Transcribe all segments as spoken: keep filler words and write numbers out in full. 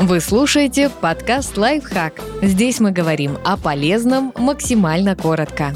Вы слушаете подкаст «Лайфхак». Здесь мы говорим о полезном максимально коротко.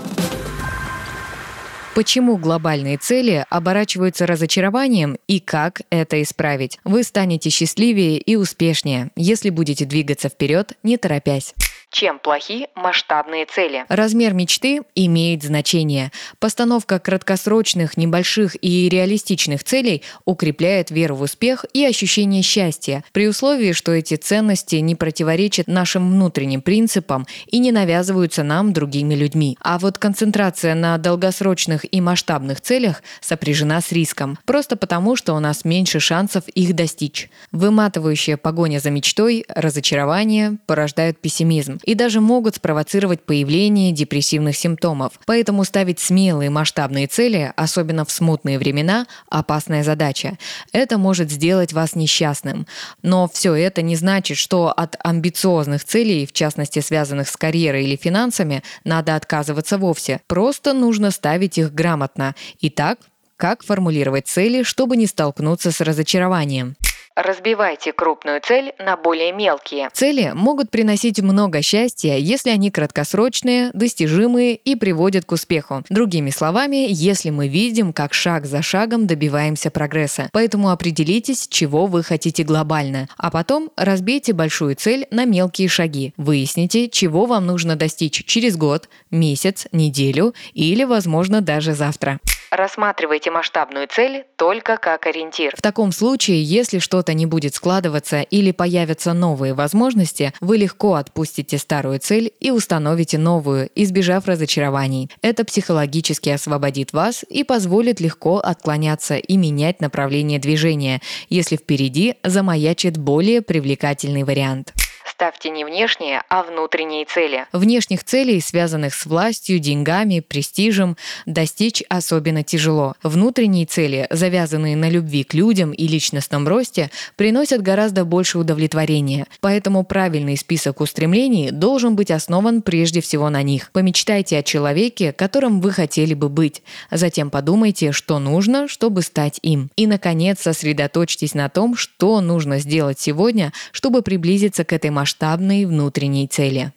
Почему глобальные цели оборачиваются разочарованием и как это исправить? Вы станете счастливее и успешнее, если будете двигаться вперед, не торопясь. Чем плохи масштабные цели? Размер мечты имеет значение. Постановка краткосрочных, небольших и реалистичных целей укрепляет веру в успех и ощущение счастья, при условии, что эти ценности не противоречат нашим внутренним принципам и не навязываются нам другими людьми. А вот концентрация на долгосрочных и масштабных целях сопряжена с риском, просто потому, что у нас меньше шансов их достичь. Выматывающая погоня за мечтой, разочарование порождают пессимизм и даже могут спровоцировать появление депрессивных симптомов. Поэтому ставить смелые масштабные цели, особенно в смутные времена, опасная задача. Это может сделать вас несчастным. Но все это не значит, что от амбициозных целей, в частности связанных с карьерой или финансами, надо отказываться вовсе. Просто нужно ставить их грамотно. Итак, как формулировать цели, чтобы не столкнуться с разочарованием? Разбивайте крупную цель на более мелкие. Цели могут приносить много счастья, если они краткосрочные, достижимые и приводят к успеху. Другими словами, если мы видим, как шаг за шагом добиваемся прогресса. Поэтому определитесь, чего вы хотите глобально. А потом разбейте большую цель на мелкие шаги. Выясните, чего вам нужно достичь через год, месяц, неделю или, возможно, даже завтра. Рассматривайте масштабную цель только как ориентир. В таком случае, если что-то не будет складываться или появятся новые возможности, вы легко отпустите старую цель и установите новую, избежав разочарований. Это психологически освободит вас и позволит легко отклоняться и менять направление движения, если впереди замаячит более привлекательный вариант. Ставьте не внешние, а внутренние цели. Внешних целей, связанных с властью, деньгами, престижем, достичь особенно тяжело. Внутренние цели, завязанные на любви к людям и личностном росте, приносят гораздо больше удовлетворения. Поэтому правильный список устремлений должен быть основан прежде всего на них. Помечтайте о человеке, которым вы хотели бы быть. Затем подумайте, что нужно, чтобы стать им. И, наконец, сосредоточьтесь на том, что нужно сделать сегодня, чтобы приблизиться к этой масштабной внутренней цели.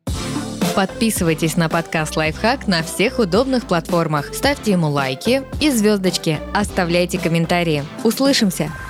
Подписывайтесь на подкаст «Лайфхак» на всех удобных платформах. Ставьте ему лайки и звездочки. Оставляйте комментарии. Услышимся!